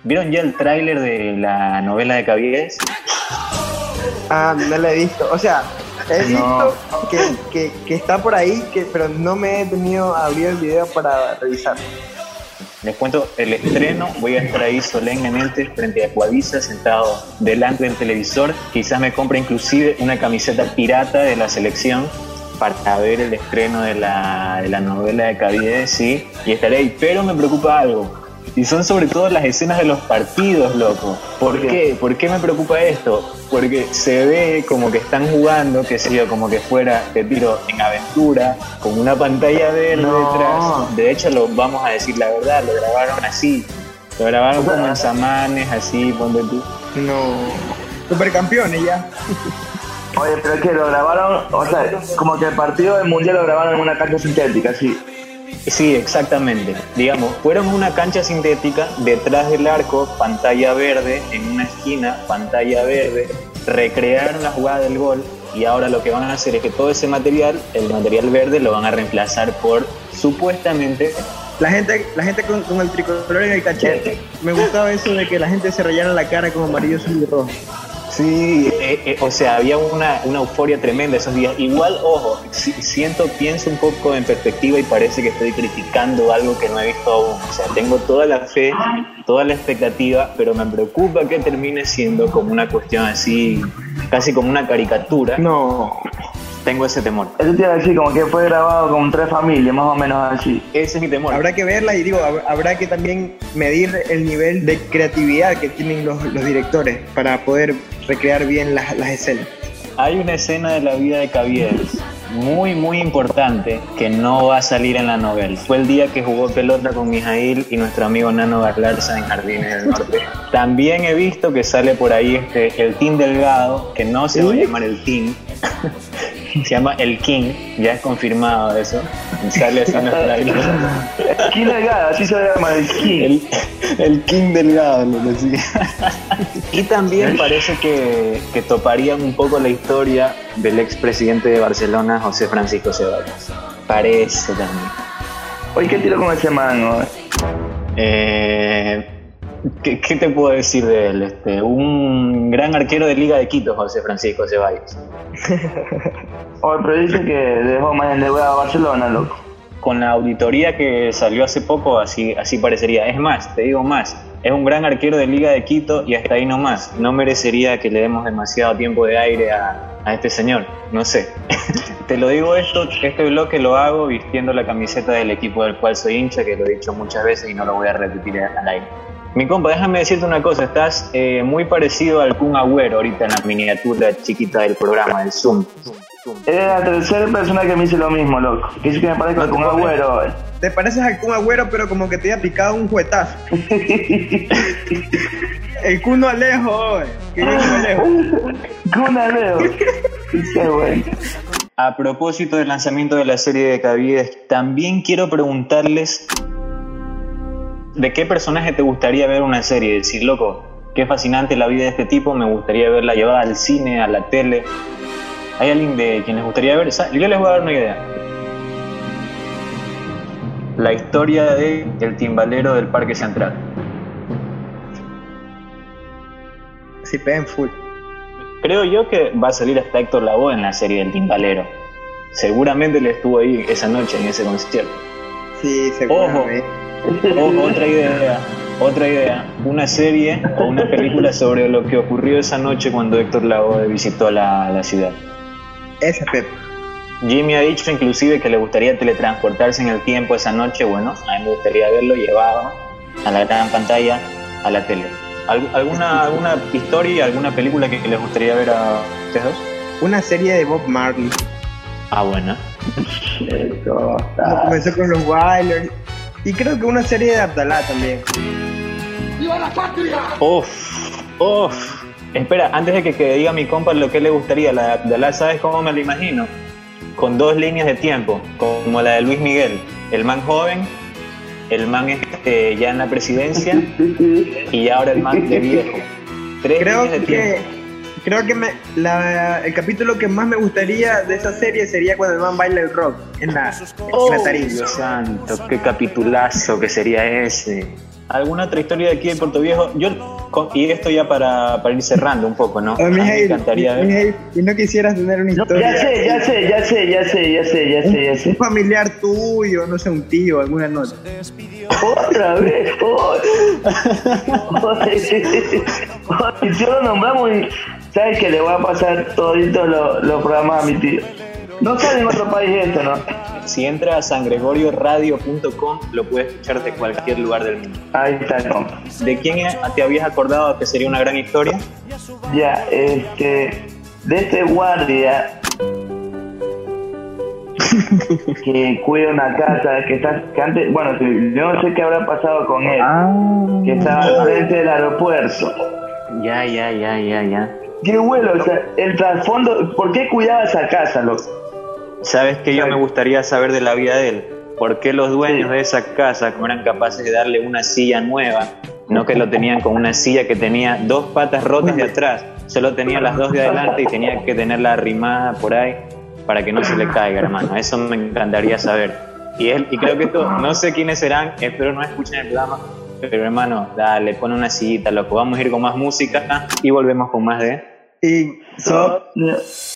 ¿Vieron ya el tráiler de la novela de Caviedes? Ah, no la he visto. O sea, he visto que está por ahí, pero no me he tenido a abrir el video para revisar. Les cuento el estreno, voy a estar ahí solemnemente frente a Coavisa, sentado delante del televisor. Quizás me compre inclusive una camiseta pirata de la selección para ver el estreno de la novela de Caviedes, sí, y estaré ahí. Pero me preocupa algo, y son sobre todo las escenas de los partidos, loco. ¿Por qué? ¿Por qué me preocupa esto? Porque se ve como que están jugando, que sé yo, como que fuera, te tiro, en aventura, con una pantalla verde detrás. De hecho, lo vamos a decir la verdad, lo grabaron así. Lo grabaron como en Samanes, así, ponte tú. No, supercampeones ya. Oye, pero es que lo grabaron, o sea, como que el partido del Mundial lo grabaron en una cancha sintética, sí. Sí, exactamente. Digamos, fueron a una cancha sintética, detrás del arco, pantalla verde, en una esquina, pantalla verde, recrearon la jugada del gol y ahora lo que van a hacer es que todo ese material, el material verde, lo van a reemplazar por, supuestamente... La gente con el tricolor en el cachete. Me gustaba eso de que la gente se rayara la cara con amarillo, azul y rojo. Sí, o sea, había una euforia tremenda esos días. Igual, ojo, pienso un poco en perspectiva y parece que estoy criticando algo que no he visto aún. O sea, tengo toda la fe, toda la expectativa, pero me preocupa que termine siendo como una cuestión así, casi como una caricatura. No. Tengo ese temor. Eso te iba a decir, como que fue grabado con 3 familias, más o menos así. Ese es mi temor. Habrá que verla y habrá que también medir el nivel de creatividad que tienen los directores para poder recrear bien las escenas. Hay una escena de la vida de Caviedes muy, muy importante que no va a salir en la novela. Fue el día que jugó pelota con Mijail y nuestro amigo Nano Garlarza en Jardines del Norte. También he visto que sale por ahí el Team Delgado, que no se va a llamar el Team, se llama el King, ya es confirmado eso. Sale así nuestra King Delgado, así se llama el King. El King Delgado, lo decía. Y también parece que toparían un poco la historia del expresidente de Barcelona, José Francisco Ceballos. Parece también. Oye, ¿qué tiro con ese man? ¿Qué te puedo decir de él? Un gran arquero de Liga de Quito, José Francisco Ceballos. Oye, pero dice que dejó más endeudado a Barcelona, loco. Con la auditoría que salió hace poco, así parecería. Es más, te digo más, es un gran arquero de Liga de Quito y hasta ahí nomás. No merecería que le demos demasiado tiempo de aire a este señor, no sé. Te lo digo este bloque lo hago vistiendo la camiseta del equipo del cual soy hincha, que lo he dicho muchas veces y no lo voy a repetir al aire. Mi compa, déjame decirte una cosa, estás muy parecido al Kun Agüero ahorita en la miniatura chiquita del programa, del Zoom. Eres la tercera persona que me dice lo mismo, loco. Que dice que me parezco al Kun Agüero. Te pareces al Kun Agüero, pero como que te haya picado un juetazo. El Kun Alejo, ¿qué es Kun Alejo? Kun Alejo. Qué bueno. A propósito del lanzamiento de la serie de Caviedes, también quiero preguntarles ¿de qué personaje te gustaría ver una serie? Decir, loco, qué fascinante la vida de este tipo, me gustaría verla llevada al cine, a la tele. ¿Hay alguien de quien les gustaría ver? Yo les voy a dar una idea. La historia de El Timbalero del Parque Central. Sí, pegan full. Creo yo que va a salir hasta Héctor Lavoe en la serie del Timbalero. Seguramente él estuvo ahí esa noche en ese concierto. Sí, seguramente. Ojo, otra idea, una serie o una película sobre lo que ocurrió esa noche cuando Héctor Lavoe visitó la ciudad. Esa, Pep. Jimmy ha dicho inclusive que le gustaría teletransportarse en el tiempo esa noche. Bueno, a mí me gustaría verlo llevado a la gran pantalla, a la tele. ¿Alguna historia, alguna película que les gustaría ver a ustedes dos? Una serie de Bob Marley. Ah, bueno. Comenzó con los Wailers. Y creo que una serie de Abdalá también. ¡Viva la patria! Uf. Espera, antes de que diga mi compa lo que le gustaría, la de Abdalá, ¿sabes cómo me lo imagino? Con 2 líneas de tiempo, como la de Luis Miguel. El man joven, el man ya en la presidencia y ahora el man de viejo. 3 líneas de tiempo. Creo que el capítulo que más me gustaría de esa serie sería cuando el man baila el rock en la tarima. Dios santo, qué capitulazo que sería ese. ¿Alguna otra historia de aquí de Puerto Viejo? Y esto ya para ir cerrando un poco, ¿no? Oh, Me encantaría ver. Mijail, ¿y no quisieras tener una historia? Ya sé. Un familiar tuyo, no sé, un tío, alguna nota. Otra vez, si lo nombramos y sabes que le voy a pasar toditos los programas a mi tío. No sale en otro país esto, ¿no? Si entra a sangregorioradio.com lo puedes escuchar de cualquier lugar del mundo. Ahí está, compa. ¿De quién te habías acordado que sería una gran historia? Ya, de este guardia que cuida una casa que antes, bueno, yo no sé qué habrá pasado con él, que estaba al frente del aeropuerto. Ya. Qué bueno, o sea, el trasfondo, ¿por qué cuidaba esa casa, loco? ¿Sabes qué? Yo me gustaría saber de la vida de él. ¿Por qué los dueños de esa casa no eran capaces de darle una silla nueva? No que lo tenían con una silla que tenía 2 patas rotas de atrás. Solo tenía las 2 de adelante y tenía que tenerla arrimada por ahí para que no se le caiga, hermano. Eso me encantaría saber. Y creo que esto, no sé quiénes serán, espero no escuchen el programa, pero hermano, dale, pon una sillita, loco. Vamos a ir con más música y volvemos con más de... Y